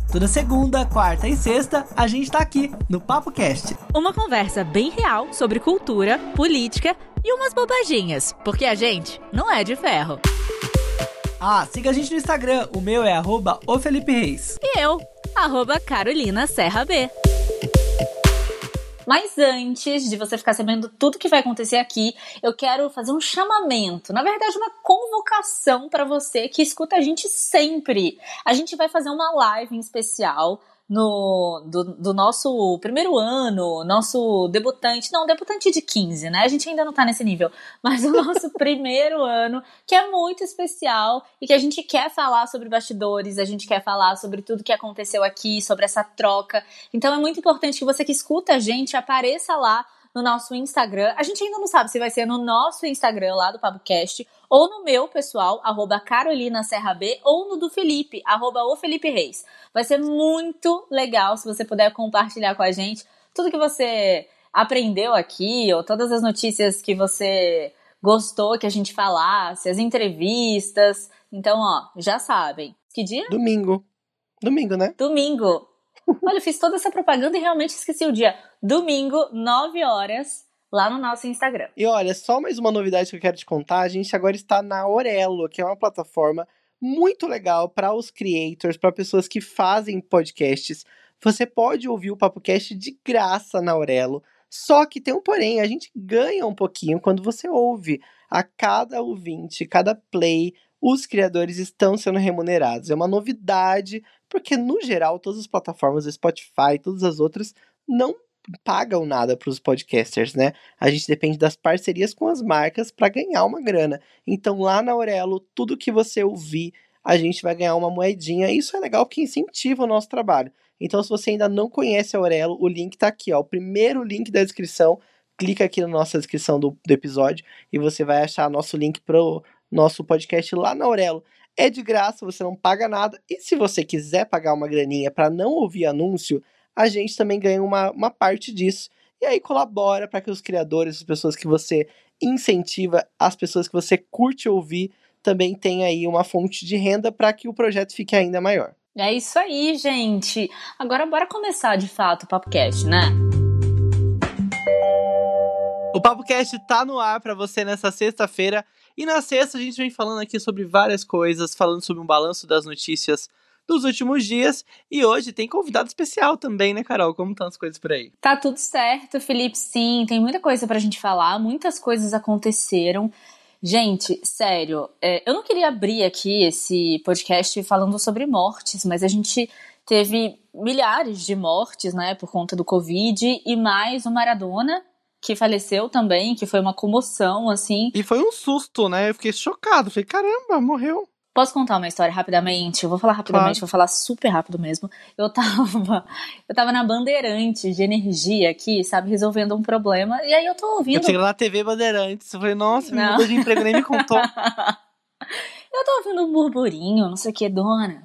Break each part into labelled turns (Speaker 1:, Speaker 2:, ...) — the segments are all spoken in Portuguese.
Speaker 1: Toda segunda, quarta e sexta, a gente tá aqui no PapoCast.
Speaker 2: Uma conversa bem real sobre cultura, política e umas bobaginhas, porque a gente não é de ferro.
Speaker 1: Siga a gente no Instagram, o meu é @ofelipereis.
Speaker 2: E eu, @CarolinaSerraB. Mas antes de você ficar sabendo tudo que vai acontecer aqui, eu quero fazer um chamamento, na verdade uma convocação para você que escuta a gente sempre. A gente vai fazer uma live em especial do nosso primeiro ano, nosso debutante de 15, né? A gente ainda não tá nesse nível, mas o nosso primeiro ano, que é muito especial e que a gente quer falar sobre bastidores, a gente quer falar sobre tudo que aconteceu aqui, sobre essa troca. Então é muito importante que você que escuta a gente apareça lá no nosso Instagram. A gente ainda não sabe se vai ser no nosso Instagram lá do PapoCast ou no meu pessoal, @CarolinaSerraB, ou no do Felipe, @ofelipereis. Vai ser muito legal se você puder compartilhar com a gente tudo que você aprendeu aqui, ou todas as notícias que você gostou que a gente falasse, as entrevistas. Então, já sabem. Que dia?
Speaker 3: Domingo, né?
Speaker 2: Domingo. Olha, eu fiz toda essa propaganda e realmente esqueci o dia. Domingo, 9 horas, lá no nosso Instagram.
Speaker 3: E olha, só mais uma novidade que eu quero te contar. A gente agora está na Aurelo, que é uma plataforma muito legal para os creators, para pessoas que fazem podcasts. Você pode ouvir o PapoCast de graça na Aurelo. Só que tem um porém, a gente ganha um pouquinho quando você ouve. A cada ouvinte, cada play, os criadores estão sendo remunerados. É uma novidade, porque no geral todas as plataformas, Spotify, todas as outras, não pagam nada para os podcasters, né? A gente depende das parcerias com as marcas para ganhar uma grana. Então lá na Aurelo, tudo que você ouvir, a gente vai ganhar uma moedinha. E isso é legal porque incentiva o nosso trabalho. Então se você ainda não conhece a Aurelo, o link tá aqui, ó, o primeiro link da descrição. Clica aqui na nossa descrição do episódio e você vai achar nosso link pro nosso podcast lá na Aurelo. É de graça, você não paga nada. E se você quiser pagar uma graninha para não ouvir anúncio, a gente também ganha uma parte disso. E aí colabora para que os criadores, as pessoas que você incentiva, as pessoas que você curte ouvir, também tenham aí uma fonte de renda para que o projeto fique ainda maior.
Speaker 2: É isso aí, gente. Agora bora começar de fato o PapoCast, né?
Speaker 3: O PapoCast tá no ar para você nessa sexta-feira. E na sexta a gente vem falando aqui sobre várias coisas, falando sobre um balanço das notícias dos últimos dias. E hoje tem convidado especial também, né, Carol? Como estão as coisas por aí?
Speaker 2: Tá tudo certo, Felipe, sim. Tem muita coisa pra gente falar, muitas coisas aconteceram. Gente, sério, eu não queria abrir aqui esse podcast falando sobre mortes, mas a gente teve milhares de mortes, né, por conta do Covid, e mais o Maradona, que faleceu também, que foi uma comoção, assim.
Speaker 3: E foi um susto, né? Eu fiquei chocado. Falei, caramba, morreu.
Speaker 2: Posso contar uma história rapidamente? Eu vou falar rapidamente, Vou falar super rápido mesmo. Eu tava na Bandeirantes de energia aqui, sabe, resolvendo um problema, e aí eu tô ouvindo...
Speaker 3: Eu cheguei lá na TV Bandeirantes, eu falei, nossa, me mudou de emprego, nem me contou.
Speaker 2: Eu tô ouvindo um burburinho, não sei o que, Madonna.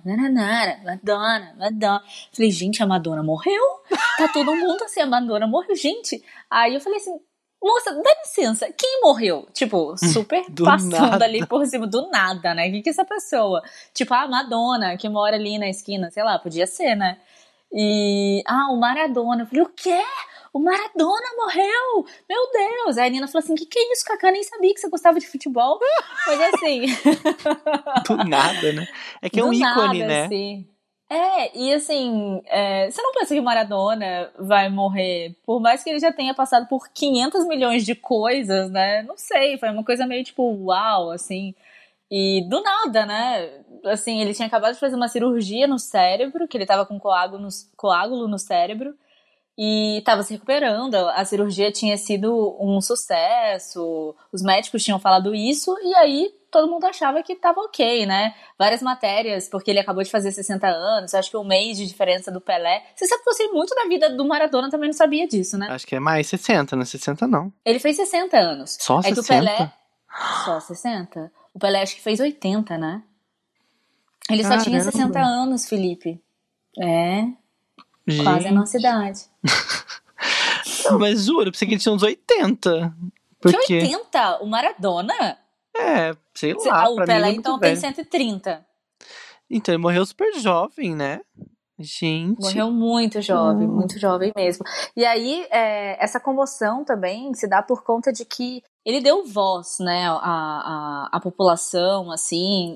Speaker 2: Falei, gente, a Madonna morreu? Tá todo mundo assim, a Madonna morreu, gente. Aí eu falei assim, moça, dá licença, quem morreu? Tipo, super passando
Speaker 3: nada.
Speaker 2: ali por cima, do nada, né? Que é essa pessoa? Tipo, a Madonna, que mora ali na esquina, sei lá, podia ser, né? E, o Maradona. Eu falei, o quê? O Maradona morreu! Meu Deus! Aí a Nina falou assim, que é isso, Cacá? Nem sabia que você gostava de futebol. Mas assim...
Speaker 3: Do nada, né? É que é um ícone,
Speaker 2: nada,
Speaker 3: né?
Speaker 2: Assim. E assim, você não pensa que o Maradona vai morrer, por mais que ele já tenha passado por 500 milhões de coisas, né? Não sei, foi uma coisa meio tipo, uau, assim. E do nada, né? Assim, ele tinha acabado de fazer uma cirurgia no cérebro, que ele tava com coágulo no cérebro, e estava se recuperando. A cirurgia tinha sido um sucesso, os médicos tinham falado isso, e aí todo mundo achava que estava ok, né? Várias matérias, porque ele acabou de fazer 60 anos, acho que um mês de diferença do Pelé. Você sabe que eu sei muito da vida do Maradona, também não sabia disso, né?
Speaker 3: Acho que é mais 60, não é 60 não.
Speaker 2: Ele fez 60 anos.
Speaker 3: Só 60?
Speaker 2: Que o Pelé... Só 60? O Pelé acho que fez 80, né? Ele só tinha 60 anos, Felipe.
Speaker 3: Gente.
Speaker 2: Quase a nossa idade.
Speaker 3: Não, mas juro, eu pensei que ele tinha uns 80. Porque...
Speaker 2: Que 80? O Maradona?
Speaker 3: Sei lá.
Speaker 2: O Pelé então tem 130.
Speaker 3: Então ele morreu super jovem, né? Gente.
Speaker 2: Morreu muito jovem mesmo. E aí, essa comoção também se dá por conta de que ele deu voz, né, à população, assim,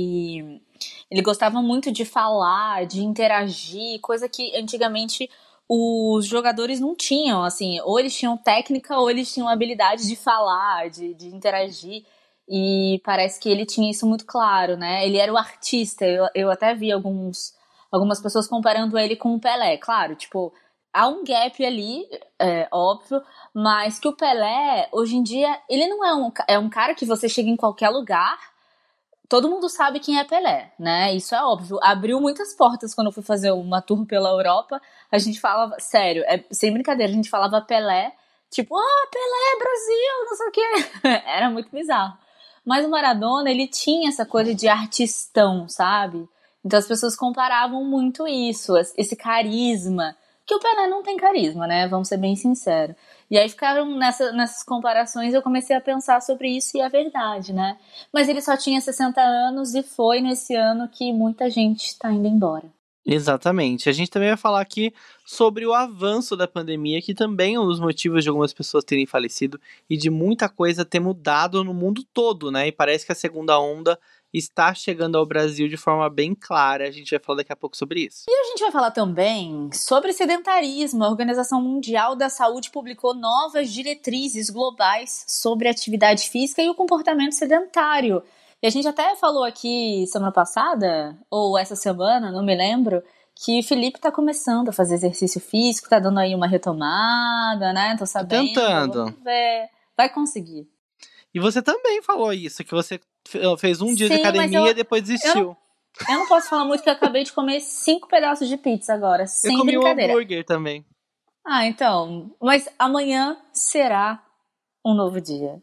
Speaker 2: ele gostava muito de falar, de interagir, coisa que antigamente os jogadores não tinham, assim, ou eles tinham técnica ou eles tinham habilidade de falar, de interagir, e parece que ele tinha isso muito claro, né, ele era o artista, eu até vi algumas pessoas comparando ele com o Pelé, claro, tipo, há um gap ali, óbvio, mas que o Pelé, hoje em dia, ele não é um cara que você chega em qualquer lugar, todo mundo sabe quem é Pelé, né? Isso é óbvio. Abriu muitas portas quando eu fui fazer uma tour pela Europa. A gente falava, sério, sem brincadeira, a gente falava Pelé, tipo, Pelé, Brasil, não sei o quê. Era muito bizarro. Mas o Maradona, ele tinha essa coisa de artistão, sabe? Então as pessoas comparavam muito isso, esse carisma. Que o Pelé não tem carisma, né? Vamos ser bem sinceros. E aí ficaram nessas comparações, eu comecei a pensar sobre isso e é verdade, né? Mas ele só tinha 60 anos e foi nesse ano que muita gente está indo embora.
Speaker 3: Exatamente. A gente também vai falar aqui sobre o avanço da pandemia, que também é um dos motivos de algumas pessoas terem falecido e de muita coisa ter mudado no mundo todo, né? E parece que a segunda onda está chegando ao Brasil de forma bem clara. A gente vai falar daqui a pouco sobre isso.
Speaker 2: E a gente vai falar também sobre sedentarismo. A Organização Mundial da Saúde publicou novas diretrizes globais sobre atividade física e o comportamento sedentário. E a gente até falou aqui semana passada, ou essa semana, não me lembro, que o Felipe tá começando a fazer exercício físico, tá dando aí uma retomada, né? Tô sabendo.
Speaker 3: Tentando.
Speaker 2: Vamos ver. Vai conseguir.
Speaker 3: E você também falou isso, que você fez um dia de
Speaker 2: Sim, mas
Speaker 3: academia e depois desistiu.
Speaker 2: Eu não posso falar muito que eu acabei de comer 5 pedaços de pizza agora, sem
Speaker 3: Eu comi
Speaker 2: brincadeira.
Speaker 3: um hambúrguer também.
Speaker 2: Ah, então. Mas amanhã será um novo dia.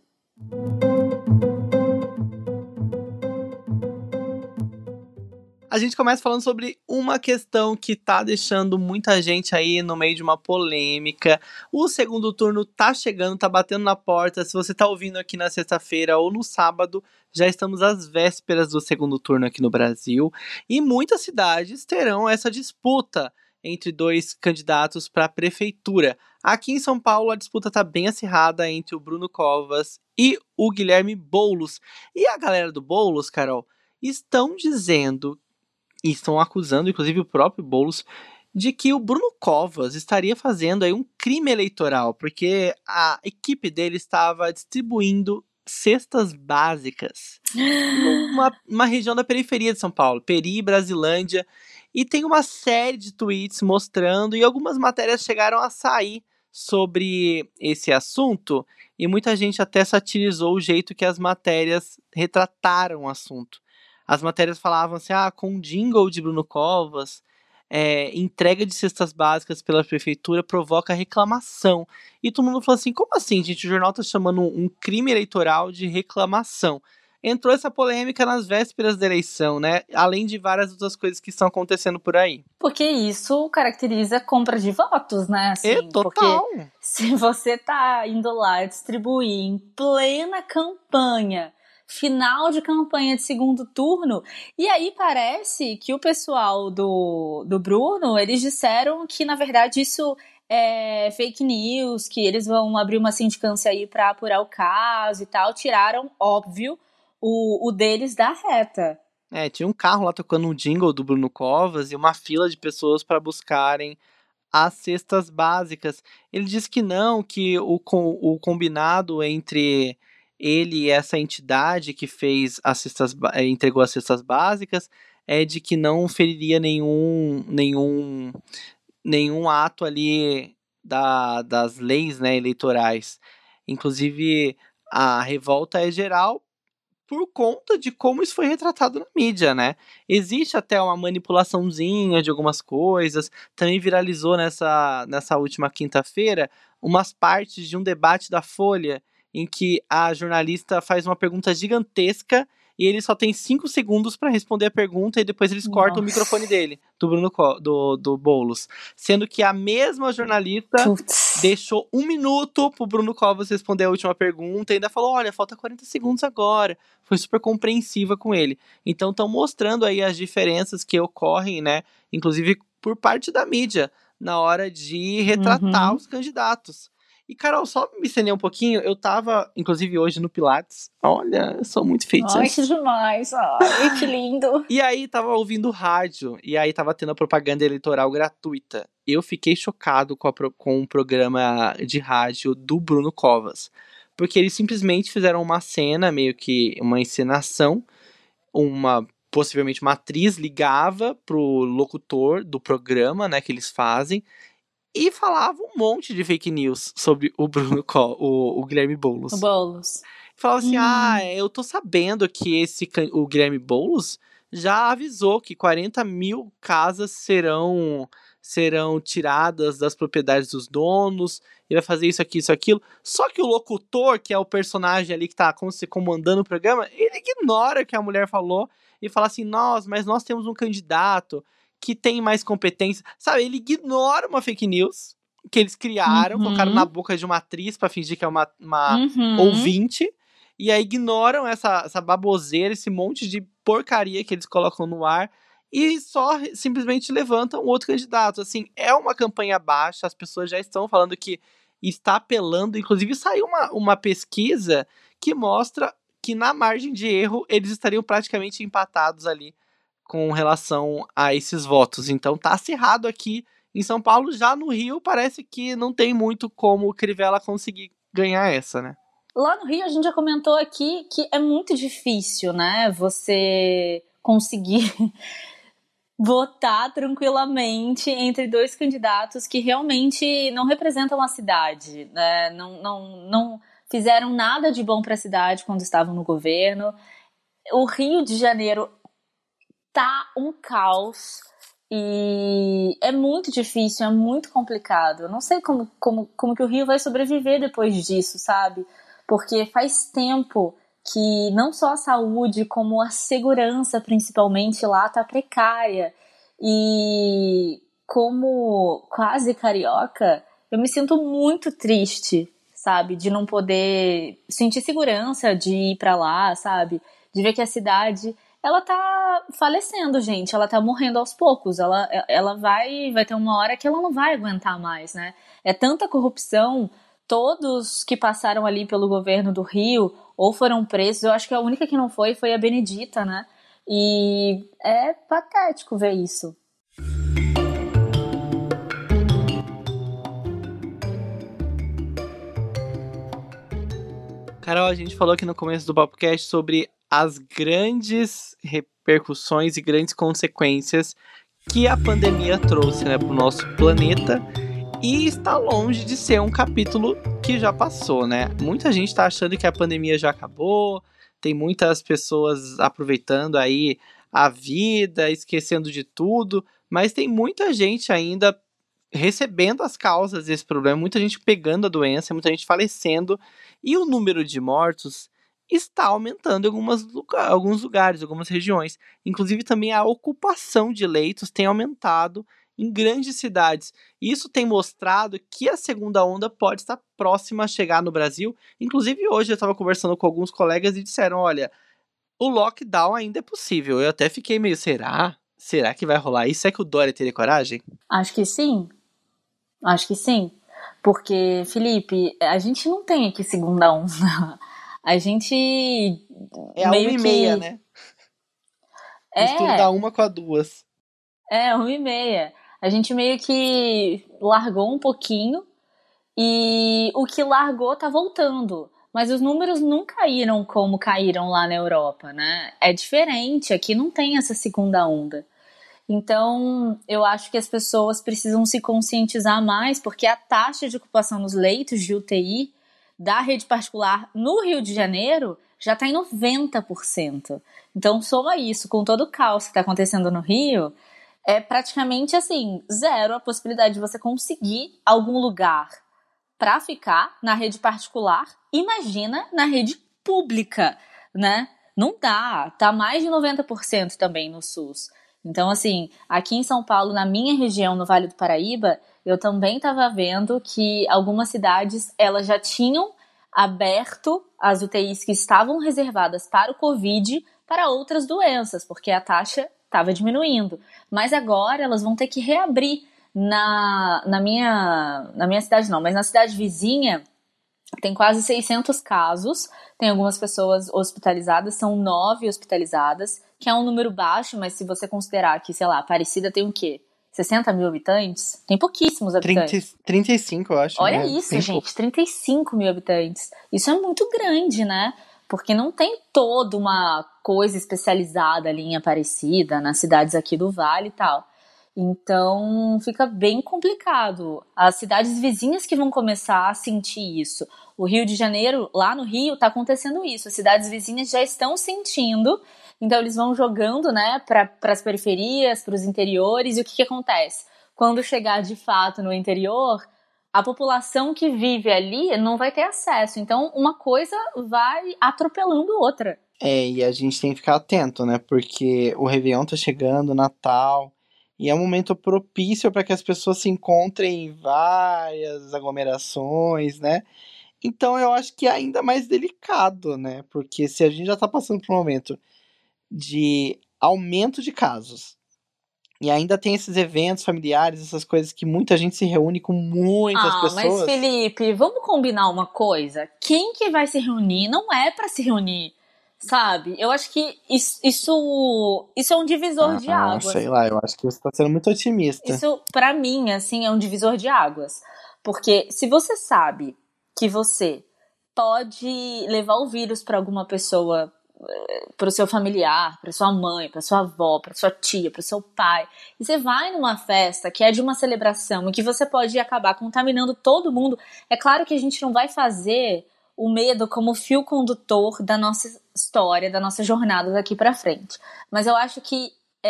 Speaker 3: A gente começa falando sobre uma questão que tá deixando muita gente aí no meio de uma polêmica. O segundo turno tá chegando, tá batendo na porta. Se você tá ouvindo aqui na sexta-feira ou no sábado, já estamos às vésperas do segundo turno aqui no Brasil. E muitas cidades terão essa disputa entre dois candidatos para a prefeitura. Aqui em São Paulo, a disputa tá bem acirrada entre o Bruno Covas e o Guilherme Boulos. E a galera do Boulos, Carol, estão dizendo e estão acusando, inclusive, o próprio Boulos, de que o Bruno Covas estaria fazendo aí um crime eleitoral, porque a equipe dele estava distribuindo cestas básicas numa região da periferia de São Paulo, Peri, Brasilândia, e tem uma série de tweets mostrando, e algumas matérias chegaram a sair sobre esse assunto, e muita gente até satirizou o jeito que as matérias retrataram o assunto. As matérias falavam assim, com jingle de Bruno Covas, entrega de cestas básicas pela prefeitura provoca reclamação. E todo mundo falou assim, como assim, gente? O jornal tá chamando um crime eleitoral de reclamação. Entrou essa polêmica nas vésperas da eleição, né? Além de várias outras coisas que estão acontecendo por aí.
Speaker 2: Porque isso caracteriza compra de votos, né? Assim,
Speaker 3: total.
Speaker 2: Porque se você tá indo lá distribuir em plena campanha, final de campanha de segundo turno, e aí parece que o pessoal do Bruno, eles disseram que na verdade isso é fake news, que eles vão abrir uma sindicância aí pra apurar o caso e tal, tiraram, óbvio, o deles da reta.
Speaker 3: Tinha um carro lá tocando um jingle do Bruno Covas e uma fila de pessoas para buscarem as cestas básicas. Ele disse que não, que o combinado entre ele e essa entidade que fez entregou as cestas básicas é de que não feriria nenhum ato ali das leis, né, eleitorais. Inclusive, a revolta é geral por conta de como isso foi retratado na mídia, né? Existe até uma manipulaçãozinha de algumas coisas. Também viralizou nessa última quinta-feira umas partes de um debate da Folha em que a jornalista faz uma pergunta gigantesca e ele só tem 5 segundos para responder a pergunta e depois eles cortam o microfone dele, do Boulos. Sendo que a mesma jornalista deixou 1 minuto pro Bruno Covas responder a última pergunta e ainda falou, olha, falta 40 segundos agora. Foi super compreensiva com ele. Então estão mostrando aí as diferenças que ocorrem, né? Inclusive por parte da mídia na hora de retratar os candidatos. E, Carol, só me estender um pouquinho, eu tava, inclusive, hoje no Pilates. Olha, eu sou muito fitness.
Speaker 2: Ai, que demais. Ai, que lindo.
Speaker 3: E aí, tava ouvindo rádio, e aí tava tendo a propaganda eleitoral gratuita. Eu fiquei chocado com o programa de rádio do Bruno Covas. Porque eles simplesmente fizeram uma cena, meio que uma encenação, possivelmente uma atriz ligava pro locutor do programa, né, que eles fazem, e falava um monte de fake news sobre o o Guilherme Boulos.
Speaker 2: O Boulos.
Speaker 3: Falava assim, eu tô sabendo que o Guilherme Boulos já avisou que 40 mil casas serão tiradas das propriedades dos donos, ele vai fazer isso aqui, isso, aquilo. Só que o locutor, que é o personagem ali que tá comandando o programa, ele ignora o que a mulher falou e fala assim, mas nós temos um candidato que tem mais competência. Sabe, ele ignora uma fake news que eles criaram, colocaram na boca de uma atriz pra fingir que é uma ouvinte, e aí ignoram essa baboseira, esse monte de porcaria que eles colocam no ar, e só simplesmente levantam outro candidato. Assim, é uma campanha baixa, as pessoas já estão falando que está apelando, inclusive saiu uma pesquisa que mostra que na margem de erro eles estariam praticamente empatados ali com relação a esses votos. Então tá acirrado aqui em São Paulo. Já no Rio parece que não tem muito como o Crivella conseguir ganhar essa, né?
Speaker 2: Lá no Rio a gente já comentou aqui que é muito difícil, né, você conseguir votar tranquilamente entre dois candidatos que realmente não representam a cidade, né? Não fizeram nada de bom para a cidade quando estavam no governo. O Rio de Janeiro tá um caos e é muito difícil, é muito complicado. Eu não sei como que o Rio vai sobreviver depois disso, sabe? Porque faz tempo que não só a saúde, como a segurança, principalmente, lá tá precária. E como quase carioca, eu me sinto muito triste, sabe? De não poder sentir segurança de ir pra lá, sabe? De ver que a cidade, ela tá falecendo, gente. Ela tá morrendo aos poucos. Ela vai ter uma hora que ela não vai aguentar mais, né? É tanta corrupção. Todos que passaram ali pelo governo do Rio ou foram presos, eu acho que a única que não foi a Benedita, né? E é patético ver isso.
Speaker 3: Carol, a gente falou aqui no começo do podcast sobre as grandes repercussões e grandes consequências que a pandemia trouxe, né, para o nosso planeta. E está longe de ser um capítulo que já passou, né? Muita gente está achando que a pandemia já acabou, tem muitas pessoas aproveitando aí a vida, esquecendo de tudo, mas tem muita gente ainda recebendo as causas desse problema, muita gente pegando a doença, muita gente falecendo, e o número de mortos está aumentando em alguns lugares, algumas regiões. Inclusive também a ocupação de leitos tem aumentado em grandes cidades. Isso tem mostrado que a segunda onda pode estar próxima a chegar no Brasil. Inclusive hoje eu estava conversando com alguns colegas e disseram, olha, o lockdown ainda é possível. Eu até fiquei meio, será? Será que vai rolar isso? É que o Dória teria coragem?
Speaker 2: Acho que sim. Porque, Felipe, a gente não tem aqui segunda onda. A gente
Speaker 3: é a 1h30, né? Mistura da 1 com a 2.
Speaker 2: É, 1h30. A gente meio que largou um pouquinho e o que largou tá voltando. Mas os números não caíram como caíram lá na Europa, né? É diferente, aqui não tem essa segunda onda. Então, eu acho que as pessoas precisam se conscientizar mais, porque a taxa de ocupação nos leitos de UTI da rede particular no Rio de Janeiro já está em 90%. Então, soma isso com todo o caos que está acontecendo no Rio, é praticamente assim, zero a possibilidade de você conseguir algum lugar para ficar na rede particular. Imagina na rede pública, né? Não dá, tá mais de 90% também no SUS. Então, assim, aqui em São Paulo, na minha região, no Vale do Paraíba, eu também estava vendo que algumas cidades, elas já tinham aberto as UTIs que estavam reservadas para o Covid para outras doenças, porque a taxa estava diminuindo. Mas agora elas vão ter que reabrir. Na minha cidade não, mas na cidade vizinha tem quase 600 casos, tem algumas pessoas hospitalizadas, são 9 hospitalizadas, que é um número baixo, mas se você considerar que, sei lá, Aparecida tem o quê? 60 mil habitantes? Tem pouquíssimos habitantes.
Speaker 3: 35, eu acho.
Speaker 2: Olha
Speaker 3: né?
Speaker 2: isso,
Speaker 3: Bem
Speaker 2: gente,
Speaker 3: pouco.
Speaker 2: 35 mil habitantes. Isso é muito grande, né? Porque não tem toda uma coisa especializada ali em Aparecida, nas cidades aqui do Vale e tal. Então fica bem complicado. As cidades vizinhas que vão começar a sentir isso. O Rio de Janeiro, lá no Rio, está acontecendo isso. As cidades vizinhas já estão sentindo. Então eles vão jogando, né, para as periferias, para os interiores. E o que acontece? Quando chegar de fato no interior, a população que vive ali não vai ter acesso. Então uma coisa vai atropelando outra.
Speaker 3: E a gente tem que ficar atento, né? Porque o Réveillon tá chegando, o Natal, e é um momento propício para que as pessoas se encontrem em várias aglomerações, né? Então eu acho que é ainda mais delicado, né? Porque se a gente já tá passando por um momento de aumento de casos, e ainda tem esses eventos familiares, essas coisas que muita gente se reúne com muitas
Speaker 2: Mas
Speaker 3: pessoas.
Speaker 2: Felipe, vamos combinar uma coisa? Quem que vai se reunir não é pra se reunir, sabe? Eu acho que isso é um divisor de águas.
Speaker 3: Sei lá, eu acho que você tá sendo muito otimista.
Speaker 2: Isso, pra mim, assim, é um divisor de águas. Porque se você sabe que você pode levar o vírus pra alguma pessoa, pro seu familiar, pra sua mãe, pra sua avó, pra sua tia, pro seu pai, e você vai numa festa que é de uma celebração e que você pode acabar contaminando todo mundo, é claro que a gente não vai fazer o medo como fio condutor da nossa história, da nossa jornada daqui pra frente. Mas eu acho que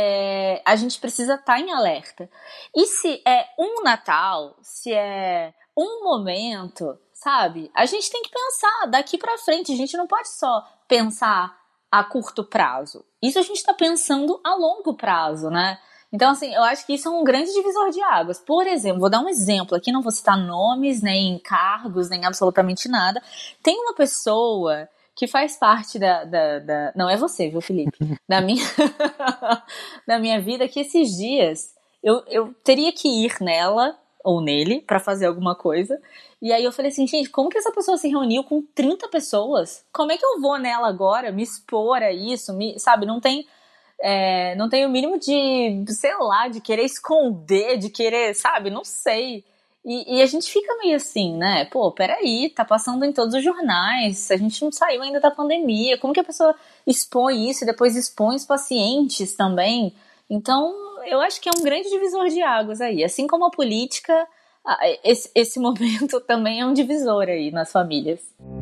Speaker 2: a gente precisa estar em alerta. E se é um Natal, se é um momento, sabe? A gente tem que pensar daqui pra frente. A gente não pode só pensar a curto prazo. Isso a gente tá pensando a longo prazo, né? Então, assim, eu acho que isso é um grande divisor de águas. Por exemplo, vou dar um exemplo aqui, não vou citar nomes, nem cargos, nem absolutamente nada. Tem uma pessoa que faz parte Não é você, viu, Felipe? Da minha, da minha vida, que esses dias eu teria que ir nela ou nele pra fazer alguma coisa. E aí eu falei assim, gente, como que essa pessoa se reuniu com 30 pessoas? Como é que eu vou nela agora me expor a isso? Sabe, não tem o mínimo de, sei lá, de querer esconder, de querer, sabe, não sei. E a gente fica meio assim, né? Pô, peraí, tá passando em todos os jornais, a gente não saiu ainda da pandemia, como que a pessoa expõe isso e depois expõe os pacientes também? Então, eu acho que é um grande divisor de águas aí. Assim como a política, esse momento também é um divisor aí nas famílias.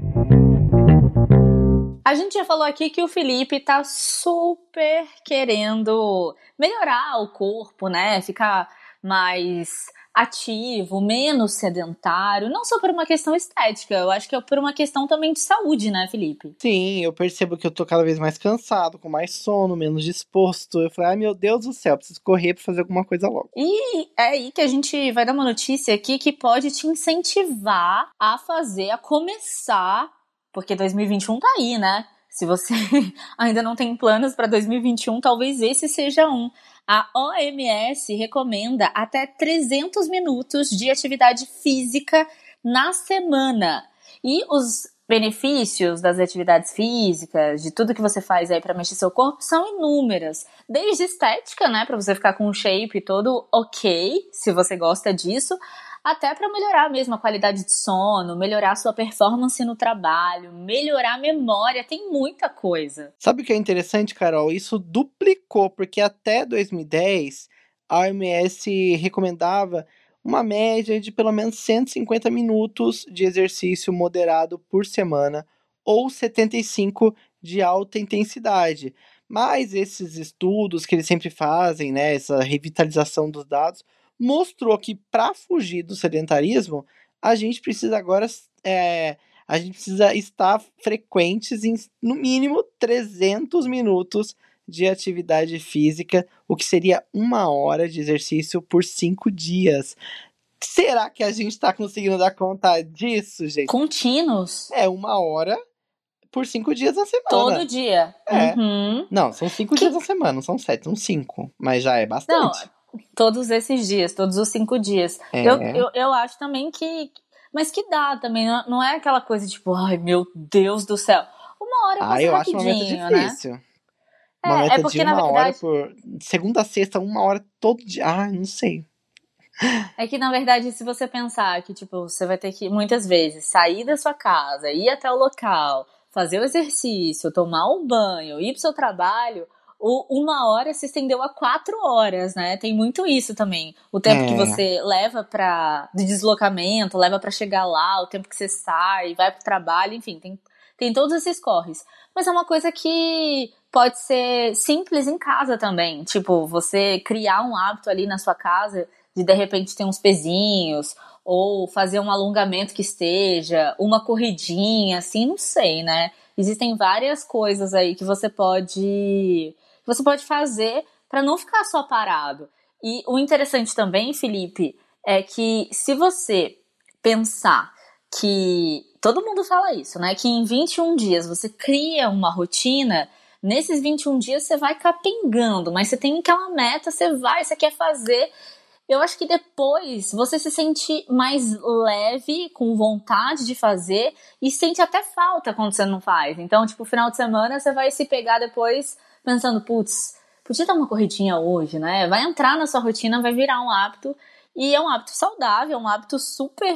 Speaker 2: A gente já falou aqui que o Felipe tá super querendo melhorar o corpo, né? Ficar mais ativo, menos sedentário, não só por uma questão estética, eu acho que é por uma questão também de saúde, né, Felipe?
Speaker 3: Sim, eu percebo que eu tô cada vez mais cansado, com mais sono, menos disposto. Eu falei, ai meu Deus do céu, preciso correr pra fazer alguma coisa logo.
Speaker 2: E é aí que a gente vai dar uma notícia aqui que pode te incentivar a começar, porque 2021 tá aí, né? Se você ainda não tem planos para 2021, talvez esse seja um. A OMS recomenda até 300 minutos de atividade física na semana. E os benefícios das atividades físicas, de tudo que você faz aí para mexer seu corpo, são inúmeras. Desde estética, né, para você ficar com um shape todo ok, se você gosta disso, até para melhorar mesmo a qualidade de sono, melhorar a sua performance no trabalho, melhorar a memória, tem muita coisa.
Speaker 3: Sabe o que é interessante, Carol? Isso duplicou, porque até 2010 a OMS recomendava uma média de pelo menos 150 minutos de exercício moderado por semana ou 75 de alta intensidade. Mas esses estudos que eles sempre fazem, né, essa revitalização dos dados, mostrou que para fugir do sedentarismo, a gente precisa agora a gente precisa estar frequentes em, no mínimo, 300 minutos de atividade física, o que seria 1 hora de exercício por 5 dias. Será que a gente está conseguindo dar conta disso, gente?
Speaker 2: Contínuos?
Speaker 3: 1 hora por 5 dias na semana.
Speaker 2: Todo dia.
Speaker 3: É.
Speaker 2: Uhum.
Speaker 3: Não, são 5 dias na semana, não são 7, são 5. Mas já é
Speaker 2: Não,
Speaker 3: bastante.
Speaker 2: todos esses dias, todos os 5 dias.
Speaker 3: É.
Speaker 2: Eu acho também que... Mas que dá também, não é aquela coisa tipo, ai meu Deus do céu. Uma hora passa
Speaker 3: eu acho uma meta
Speaker 2: rapidinho, né?
Speaker 3: difícil. Uma meta
Speaker 2: porque
Speaker 3: de
Speaker 2: na
Speaker 3: 1 hora
Speaker 2: verdade...
Speaker 3: por... Segunda a sexta, 1 hora todo dia. Não sei.
Speaker 2: É que, na verdade, se você pensar que, tipo, você vai ter que, muitas vezes, sair da sua casa, ir até o local, fazer o exercício, tomar um banho, ir pro seu trabalho, 1 hora se estendeu a 4 horas, né? Tem muito isso também. O tempo que você leva de deslocamento, leva pra chegar lá, o tempo que você sai, vai pro trabalho, enfim, tem todos esses corres. Mas é uma coisa que pode ser simples em casa também. Tipo, você criar um hábito ali na sua casa de repente ter uns pezinhos, ou fazer um alongamento que esteja, uma corridinha, assim, não sei, né? Existem várias coisas aí que você pode fazer para não ficar só parado. E o interessante também, Felipe, é que se você pensar que... Todo mundo fala isso, né? Que em 21 dias você cria uma rotina... Nesses 21 dias você vai capengando, mas você tem aquela meta, você quer fazer... Eu acho que depois você se sente mais leve, com vontade de fazer, e sente até falta quando você não faz. Então, tipo, final de semana você vai se pegar depois pensando, putz, podia dar uma corridinha hoje, né? Vai entrar na sua rotina, vai virar um hábito, e é um hábito saudável, um hábito super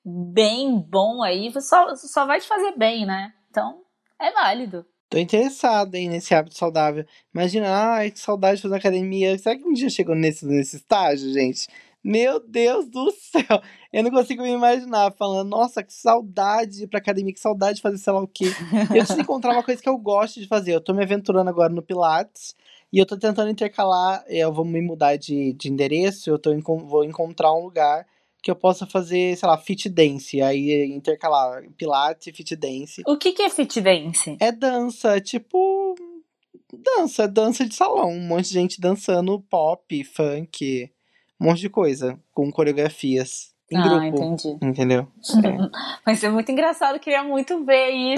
Speaker 2: bem bom aí, só vai te fazer bem, né? Então, é válido.
Speaker 3: Tô interessado, hein, nesse hábito saudável. Imagina, que saudade de fazer academia. Será que um dia chegou nesse estágio, gente? Meu Deus do céu! Eu não consigo me imaginar falando, nossa, que saudade de ir pra academia, que saudade de fazer sei lá o quê. Eu preciso encontrar uma coisa que eu gosto de fazer. Eu tô me aventurando agora no Pilates e eu tô tentando intercalar. Eu vou me mudar de endereço, vou encontrar um lugar que eu possa fazer, sei lá, fit dance. Aí intercalar Pilates e fit dance.
Speaker 2: O que é fit dance?
Speaker 3: É dança, tipo. Dança de salão. Um monte de gente dançando pop, funk, um monte de coisa. Com coreografias. Em grupo.
Speaker 2: Entendi.
Speaker 3: Entendeu?
Speaker 2: Vai ser muito engraçado, queria muito ver isso.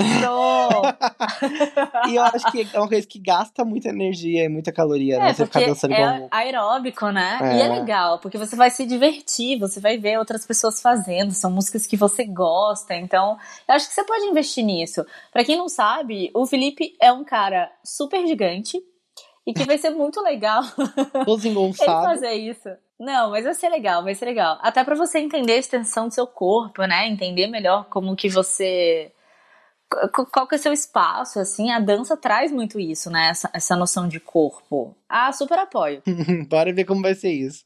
Speaker 3: E eu acho que é uma coisa que gasta muita energia e muita caloria, né? Você ficar
Speaker 2: Porque
Speaker 3: dançando
Speaker 2: é
Speaker 3: igual.
Speaker 2: aeróbico, né? E é legal, porque você vai se divertir, você vai ver outras pessoas fazendo, são músicas que você gosta, então eu acho que você pode investir nisso. Pra quem não sabe, o Felipe é um cara super gigante e que vai ser muito legal
Speaker 3: Todo
Speaker 2: ele
Speaker 3: desengonçado.
Speaker 2: fazer isso. Não, mas vai ser legal, vai ser legal. Até pra você entender a extensão do seu corpo, né? Entender melhor como que você... Qual que é o seu espaço, assim, a dança traz muito isso, né, essa noção de corpo. Super apoio.
Speaker 3: Bora ver como vai ser isso.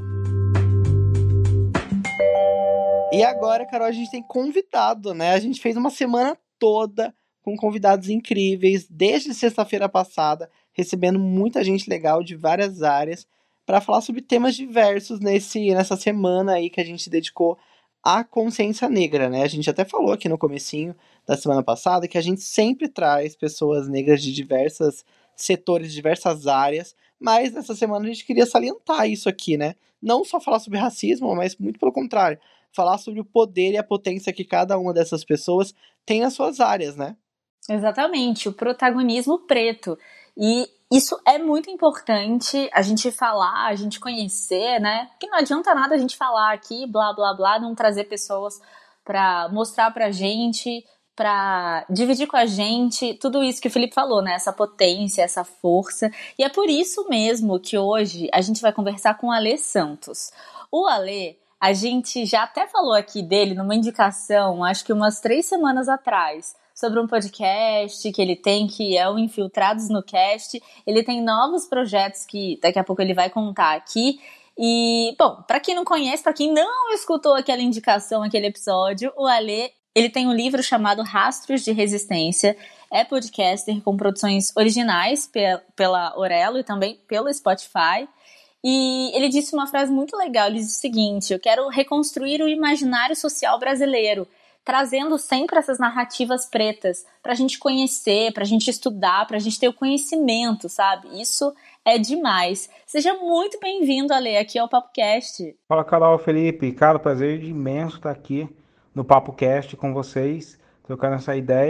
Speaker 3: E agora, Carol, a gente tem convidado, né? A gente fez uma semana toda com convidados incríveis, desde sexta-feira passada, recebendo muita gente legal de várias áreas, para falar sobre temas diversos nessa semana aí que a gente dedicou à consciência negra, né? A gente até falou aqui no comecinho da semana passada que a gente sempre traz pessoas negras de diversos setores, de diversas áreas, mas nessa semana a gente queria salientar isso aqui, né? Não só falar sobre racismo, mas muito pelo contrário, falar sobre o poder e a potência que cada uma dessas pessoas tem nas suas áreas, né?
Speaker 2: Exatamente, o protagonismo preto. E isso é muito importante a gente falar, a gente conhecer, né? Porque não adianta nada a gente falar aqui, blá, blá, blá, não trazer pessoas pra mostrar pra gente, pra dividir com a gente tudo isso que o Felipe falou, né? Essa potência, essa força. E é por isso mesmo que hoje a gente vai conversar com o Alê Santos. O Alê, a gente já até falou aqui dele numa indicação, acho que umas 3 semanas atrás, sobre um podcast que ele tem, que é o Infiltrados no Cast. Ele tem novos projetos que daqui a pouco ele vai contar aqui. E, bom, pra quem não conhece, pra quem não escutou aquela indicação, aquele episódio, o Alê, ele tem um livro chamado Rastros de Resistência, é podcaster com produções originais pela Orelo e também pelo Spotify. E ele disse uma frase muito legal, ele disse o seguinte: eu quero reconstruir o imaginário social brasileiro, trazendo sempre essas narrativas pretas pra gente conhecer, pra gente estudar, pra gente ter o conhecimento, sabe? Isso é demais. Seja muito bem-vindo, Ale, aqui ao PapoCast.
Speaker 4: Fala, Carol, Felipe. Cara, prazer imenso estar aqui no PapoCast com vocês, trocando essa ideia.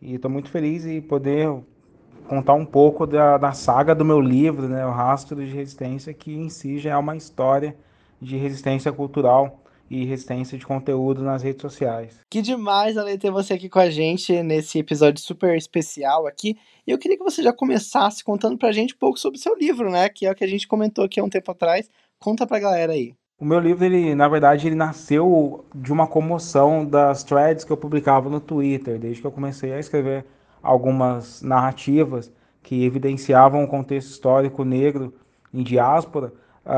Speaker 4: e estou muito feliz em poder contar um pouco da saga do meu livro, né, O Rastro de Resistência, que em si já é uma história de resistência cultural e resistência de conteúdo nas redes sociais.
Speaker 3: Que demais, Ale, ter você aqui com a gente nesse episódio super especial aqui. E eu queria que você já começasse contando pra gente um pouco sobre o seu livro, né? Que é o que a gente comentou aqui há um tempo atrás. Conta pra galera aí.
Speaker 4: O meu livro, na verdade, ele nasceu de uma comoção das threads que eu publicava no Twitter, desde que eu comecei a escrever algumas narrativas que evidenciavam o contexto histórico negro em diáspora.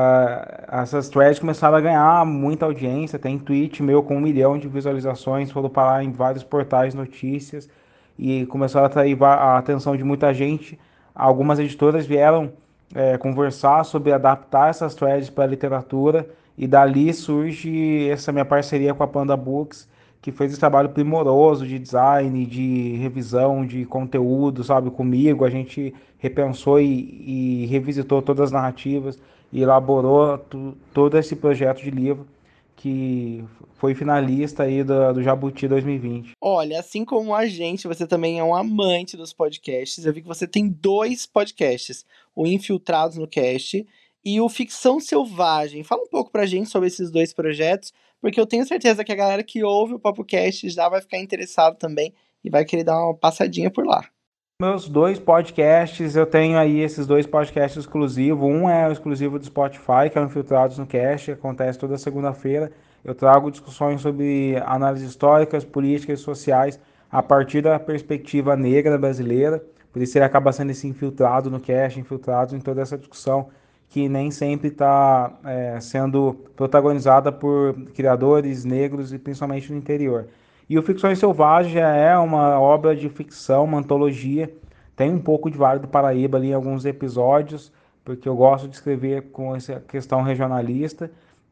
Speaker 4: Essas threads começaram a ganhar muita audiência, tem tweet meu com 1 milhão de visualizações, foram parar em vários portais de notícias e começaram a atrair a atenção de muita gente. Algumas editoras vieram conversar sobre adaptar essas threads para a literatura, e dali surge essa minha parceria com a Panda Books, que fez esse trabalho primoroso de design, de revisão, de conteúdo, sabe, comigo. A gente repensou e revisitou todas as narrativas e elaborou todo esse projeto de livro que foi finalista aí do Jabuti 2020.
Speaker 3: Olha, assim como a gente, você também é um amante dos podcasts. Eu vi que você tem 2 podcasts, o Infiltrados no Cast e o Ficção Selvagem. Fala um pouco pra gente sobre esses 2 projetos, porque eu tenho certeza que a galera que ouve o PapoCast já vai ficar interessado também e vai querer dar uma passadinha por lá.
Speaker 4: Meus 2 podcasts, eu tenho aí esses 2 podcasts exclusivos. Um é o exclusivo do Spotify, que é o Infiltrados no Cast, que acontece toda segunda-feira. Eu trago discussões sobre análises históricas, políticas e sociais a partir da perspectiva negra brasileira. Por isso ele acaba sendo esse infiltrado no cast, infiltrado em toda essa discussão que nem sempre está sendo protagonizada por criadores negros e principalmente no interior. E o Ficções Selvagens é uma obra de ficção, uma antologia. Tem um pouco de Vale do Paraíba ali em alguns episódios, porque eu gosto de escrever com essa questão regionalista.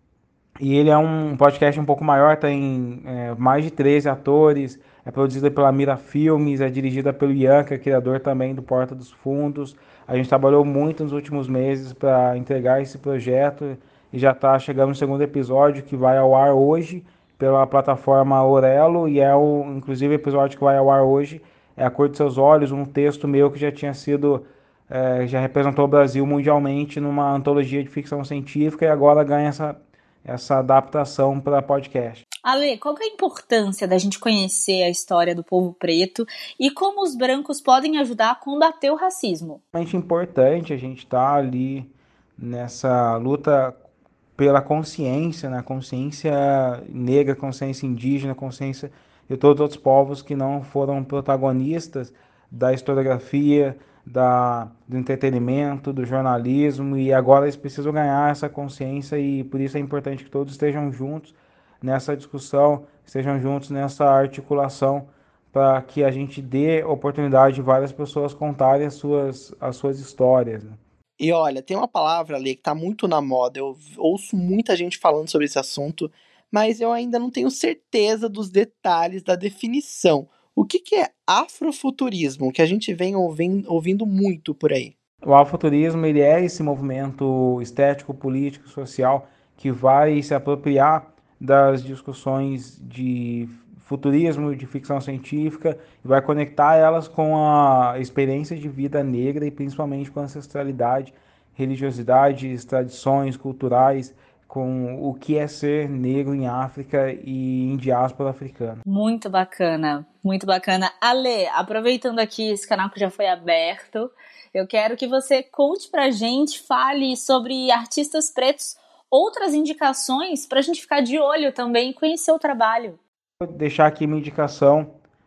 Speaker 4: E ele é um podcast um pouco maior, tem mais de 13 atores, é produzida pela Mira Filmes, é dirigida pelo Ian, que é criador também do Porta dos Fundos. A gente trabalhou muito nos últimos meses para entregar esse projeto e já está chegando no segundo episódio, que vai ao ar hoje pela plataforma Orelo, e inclusive o episódio que vai ao ar hoje é A Cor de Seus Olhos, um texto meu que já tinha sido já representou o Brasil mundialmente numa antologia de ficção científica e agora ganha essa adaptação para podcast.
Speaker 2: Ale, qual que é a importância da gente conhecer a história do povo preto e como os brancos podem ajudar a combater o racismo?
Speaker 4: É muito importante a gente estar ali nessa luta pela consciência, né? Consciência negra, consciência indígena, consciência de todos os outros povos que não foram protagonistas da historiografia, do entretenimento, do jornalismo, e agora eles precisam ganhar essa consciência e por isso é importante que todos estejam juntos nessa discussão, estejam juntos nessa articulação para que a gente dê oportunidade de várias pessoas contarem as suas histórias, né?
Speaker 3: E olha, tem uma palavra ali que tá muito na moda, eu ouço muita gente falando sobre esse assunto, mas eu ainda não tenho certeza dos detalhes da definição. O que é afrofuturismo, que a gente vem ouvindo muito por aí?
Speaker 4: O afrofuturismo, ele é esse movimento estético, político, social que vai se apropriar das discussões de futurismo, de ficção científica, e vai conectar elas com a experiência de vida negra e principalmente com a ancestralidade, religiosidades, tradições culturais, com o que é ser negro em África e em diáspora africana.
Speaker 2: Muito bacana, muito bacana. Ale, aproveitando aqui esse canal que já foi aberto, eu quero que você conte pra gente, fale sobre artistas pretos, outras indicações pra gente ficar de olho também e conhecer o trabalho.
Speaker 4: Vou deixar aqui minha indicação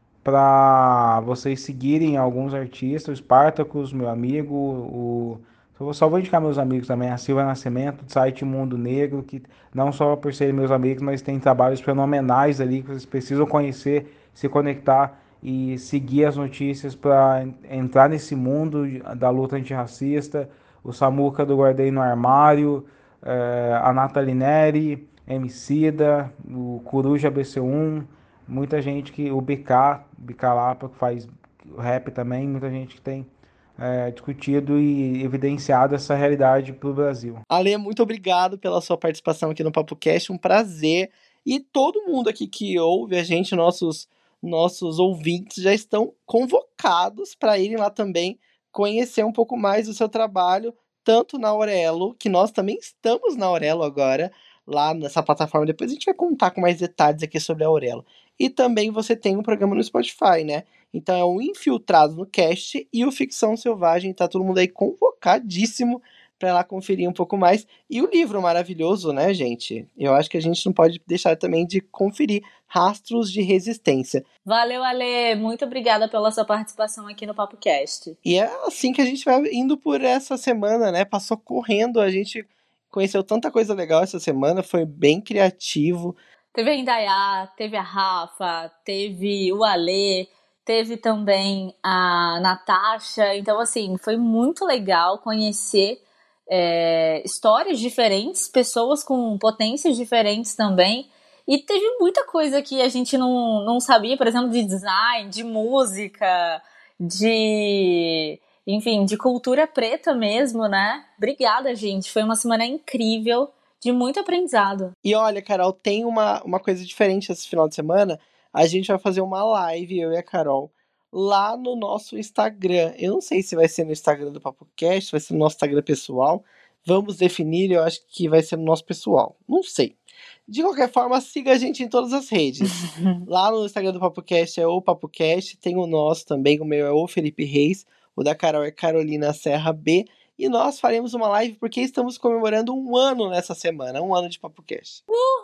Speaker 4: para vocês seguirem alguns artistas, o Spartacus, meu amigo, só vou indicar meus amigos também, a Silvia Nascimento, do site Mundo Negro, que não só por serem meus amigos, mas tem trabalhos fenomenais ali que vocês precisam conhecer, se conectar e seguir as notícias para entrar nesse mundo da luta antirracista. O Samuca do Guardei no Armário, a Nathalie Neri, Emicida, o Coruja BC1, muita gente o BK Lapa, que faz rap também, muita gente que tem discutido e evidenciado essa realidade para o Brasil.
Speaker 3: Ale, muito obrigado pela sua participação aqui no PapoCast, um prazer. E todo mundo aqui que ouve a gente, nossos ouvintes já estão convocados para irem lá também conhecer um pouco mais do seu trabalho, tanto na Aurelo, que nós também estamos na Aurelo agora, lá nessa plataforma. Depois a gente vai contar com mais detalhes aqui sobre a Aurelo. E também você tem um programa no Spotify, né? Então é o Infiltrado no Cast e o Ficção Selvagem. Tá todo mundo aí convocadíssimo para lá conferir um pouco mais. E o livro maravilhoso, né, gente? Eu acho que a gente não pode deixar também de conferir Rastros de Resistência.
Speaker 2: Valeu, Ale! Muito obrigada pela sua participação aqui no PapoCast.
Speaker 3: E é assim que a gente vai indo por essa semana, né? Passou correndo, a gente conheceu tanta coisa legal essa semana, foi bem criativo.
Speaker 2: Teve a Indaiá, teve a Rafa, teve o Ale, teve também a Natasha. Então, assim, foi muito legal conhecer histórias diferentes, pessoas com potências diferentes também. E teve muita coisa que a gente não sabia, por exemplo, de design, de música, enfim, de cultura preta mesmo, né? Obrigada, gente. Foi uma semana incrível, de muito aprendizado.
Speaker 3: E olha, Carol, tem uma coisa diferente esse final de semana. A gente vai fazer uma live, eu e a Carol, lá no nosso Instagram. Eu não sei se vai ser no Instagram do PapoCast, vai ser no nosso Instagram pessoal. Vamos definir, eu acho que vai ser no nosso pessoal. Não sei. De qualquer forma, siga a gente em todas as redes. Lá no Instagram do PapoCast é o PapoCast, tem o nosso também, o meu é o Felipe Reis, o da Carol é Carolina Serra B. E nós faremos uma live porque estamos comemorando 1 ano nessa semana, 1 ano de PapoCast.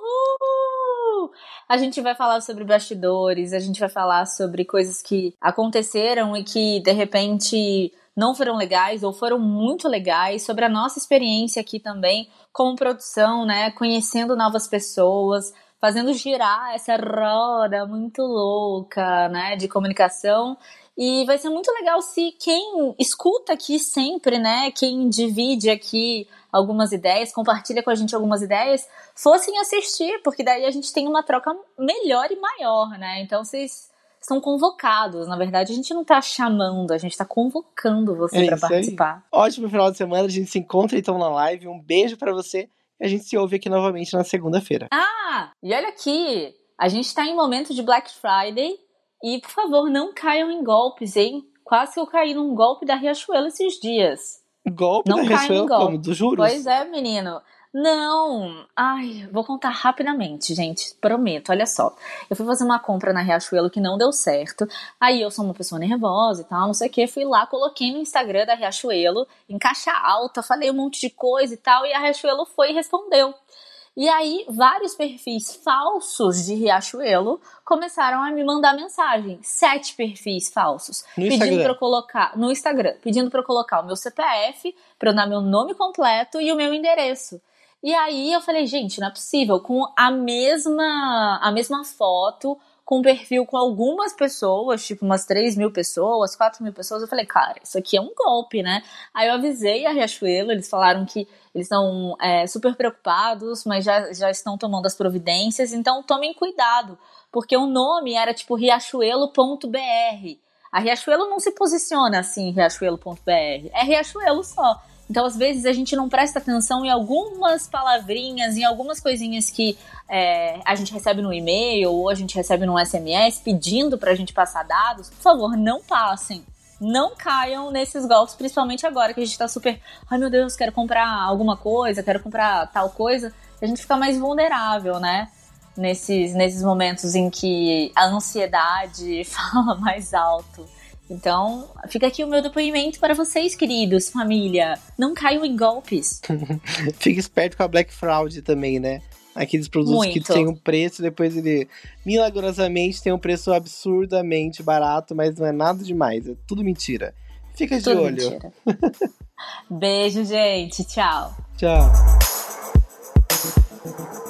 Speaker 2: Uhul! A gente vai falar sobre bastidores, a gente vai falar sobre coisas que aconteceram e que, de repente, não foram legais ou foram muito legais, sobre a nossa experiência aqui também como produção, né? Conhecendo novas pessoas, fazendo girar essa roda muito louca, né? De comunicação. E vai ser muito legal se quem escuta aqui sempre, né? Quem divide aqui algumas ideias, compartilha com a gente algumas ideias, fossem assistir, porque daí a gente tem uma troca melhor e maior, né? Então vocês estão convocados. Na verdade, a gente não tá chamando, a gente tá convocando você para participar.
Speaker 3: Aí. Ótimo final de semana, a gente se encontra então na live. Um beijo para você e a gente se ouve aqui novamente na segunda-feira.
Speaker 2: Ah, e olha aqui, a gente tá em momento de Black Friday e, por favor, não caiam em golpes, hein? Quase que eu caí num golpe da Riachuelo esses dias.
Speaker 3: Golpe não da Riachuelo como? Dos juros?
Speaker 2: Pois é, menino. Não, vou contar rapidamente, gente, prometo, olha só. Eu fui fazer uma compra na Riachuelo que não deu certo, aí eu sou uma pessoa nervosa e tal, não sei o que, fui lá, coloquei no Instagram da Riachuelo, em caixa alta, falei um monte de coisa e tal, e a Riachuelo foi e respondeu. E aí, vários perfis falsos de Riachuelo começaram a me mandar mensagem. 7 perfis falsos. Pedindo pra eu colocar no Instagram, pedindo pra eu colocar o meu CPF, pra eu dar meu nome completo e o meu endereço. E aí eu falei, gente, não é possível, com a mesma foto, com um perfil com algumas pessoas, tipo umas 3.000 pessoas, 4.000 pessoas, eu falei, cara, isso aqui é um golpe, né? Aí eu avisei a Riachuelo, eles falaram que eles estão super preocupados, mas já estão tomando as providências, então tomem cuidado, porque o nome era tipo riachuelo.br. A Riachuelo não se posiciona assim, riachuelo.br, é Riachuelo só. Então, às vezes, a gente não presta atenção em algumas palavrinhas, em algumas coisinhas que a gente recebe no e-mail ou a gente recebe no SMS pedindo pra gente passar dados. Por favor, não passem. Não caiam nesses golpes, principalmente agora que a gente tá super... Ai, meu Deus, quero comprar alguma coisa, quero comprar tal coisa. A gente fica mais vulnerável, né? Nesses momentos em que a ansiedade fala mais alto. Então, fica aqui o meu depoimento para vocês, queridos, família. Não caiam em golpes.
Speaker 3: Fica esperto com a Black Fraud também, né? Aqueles produtos que tem um preço, depois ele milagrosamente tem um preço absurdamente barato, mas não é nada demais, é tudo mentira. Fica de olho. Mentira.
Speaker 2: Beijo, gente. Tchau.
Speaker 3: Tchau.